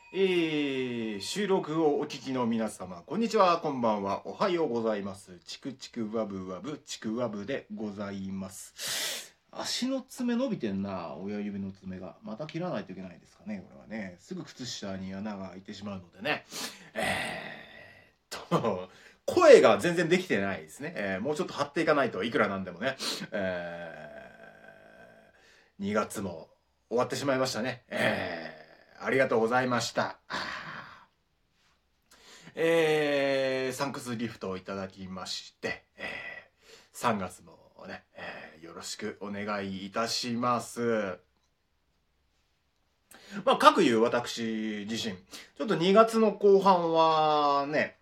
収録をお聞きの皆様、こんにちは、こんばんは、おはようございます。チクチクワブワブ、チクワブでございます。足の爪伸びてんな、親指の爪が。また切らないといけないですかね、これはね。すぐ靴下に穴が開いてしまうのでね。声が全然できてないですね。もうちょっと張っていかないといくらなんでもね。2月も終わってしまいましたね。ありがとうございました。サンクスギフトをいただきまして、3月もね、よろしくお願いいたします。まあ、各いう私自身、ちょっと2月の後半はね、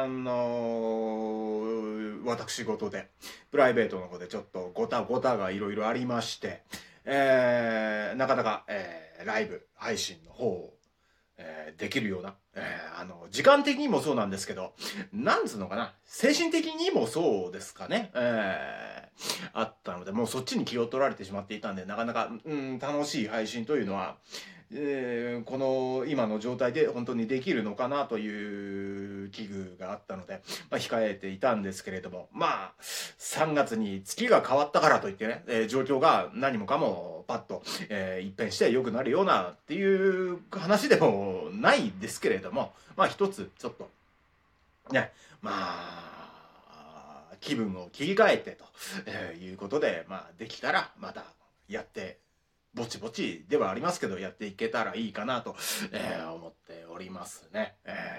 私事で、プライベートの方でちょっとごたごたがいろいろありまして、なかなか、ライブ配信の方を、できるような、時間的にもそうなんですけど、なんつうのかな、精神的にもそうですかね、あったので、もうそっちに気を取られてしまっていたんで、なかなか、楽しい配信というのは、この今の状態で本当にできるのかなという危惧があったので、控えていたんですけれども、3月に月が変わったからといってね、状況が何もかもパッと、一変して良くなるようなっていう話でもないですけれども、一つちょっとね、気分を切り替えてということで、できたらまたやってぼちぼちではありますけど、やっていけたらいいかなと、思っておりますね。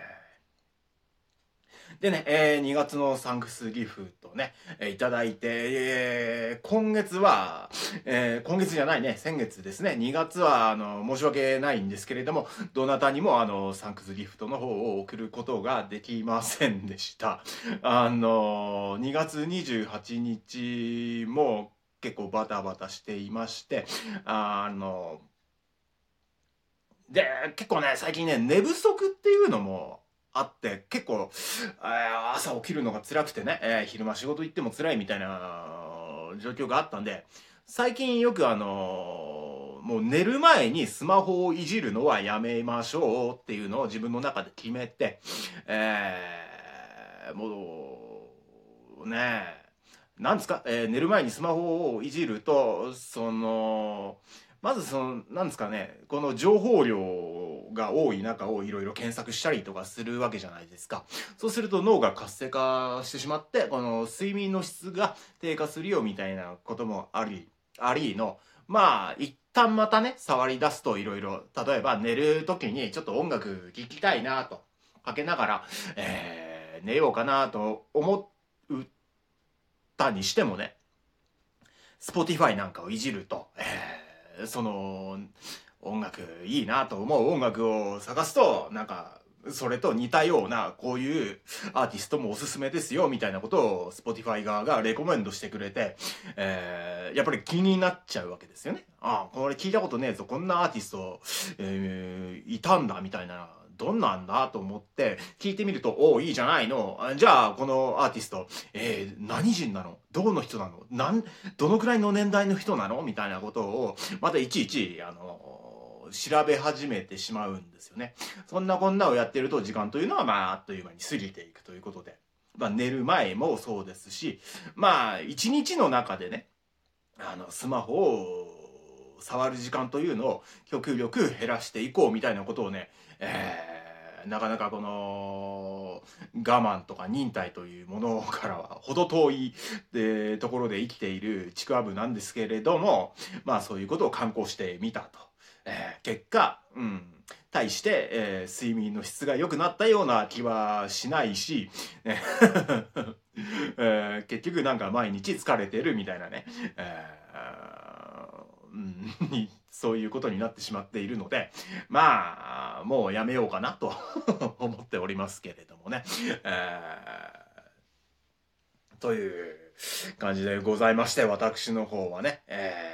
でね、2月のサンクスギフトね、いただいて、今月は、今月じゃないね、先月ですね、2月は、申し訳ないんですけれども、どなたにも、サンクスギフトの方を送ることができませんでした。2月28日も結構バタバタしていまして、で、結構ね、最近ね、寝不足っていうのもあって、結構、朝起きるのが辛くてね、昼間仕事行っても辛いみたいな状況があったんで、最近よくもう寝る前にスマホをいじるのはやめましょうっていうのを自分の中で決めて、もう、ね、なんですか、寝る前にスマホをいじると、まずなんですかね、この情報量が多い中をいろいろ検索したりとかするわけじゃないですか。そうすると脳が活性化してしまって、この睡眠の質が低下するよみたいなこともありの、一旦またね、触り出すといろいろ、例えば寝る時にちょっと音楽聴きたいなと、かけながら、寝ようかなと思ったにしてもね、Spotify なんかをいじると、その音楽いいなと思う音楽を探すと、なんかそれと似たようなこういうアーティストもおすすめですよみたいなことを Spotify 側がレコメンドしてくれて、やっぱり気になっちゃうわけですよね。これ聞いたことねえぞ、こんなアーティスト、いたんだみたいな、どんなんだと思って聞いてみると、おお、いいじゃないの。じゃあ、このアーティスト、何人なの？どの人なの？どのくらいの年代の人なの？みたいなことを、またいちいち、調べ始めてしまうんですよね。そんなこんなをやってると時間というのは、あっという間に過ぎていくということで。寝る前もそうですし、一日の中でね、スマホを触る時間というのを極力減らしていこうみたいなことをね、なかなかこの我慢とか忍耐というものからは程遠いところで生きているちくわぶなんですけれども、そういうことを観光してみたと。結果、対して、睡眠の質が良くなったような気はしないし、結局なんか毎日疲れてるみたいなね、そういうことになってしまっているので、もうやめようかなと思っておりますけれどもね。という感じでございまして、私の方はね、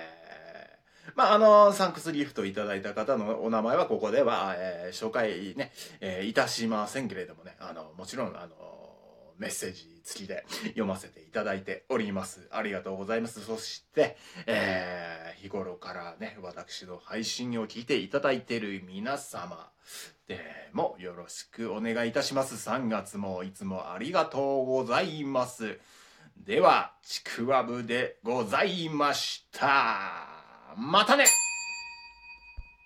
サンクスギフトいただいた方のお名前はここでは、紹介ね、いたしませんけれどもね、もちろん、メッセージ付きで読ませていただいております。ありがとうございます。そして、日頃からね、私の配信を聞いていただいている皆様でもよろしくお願いいたします。3月もいつもありがとうございます。では、ちくわぶでございました。またね。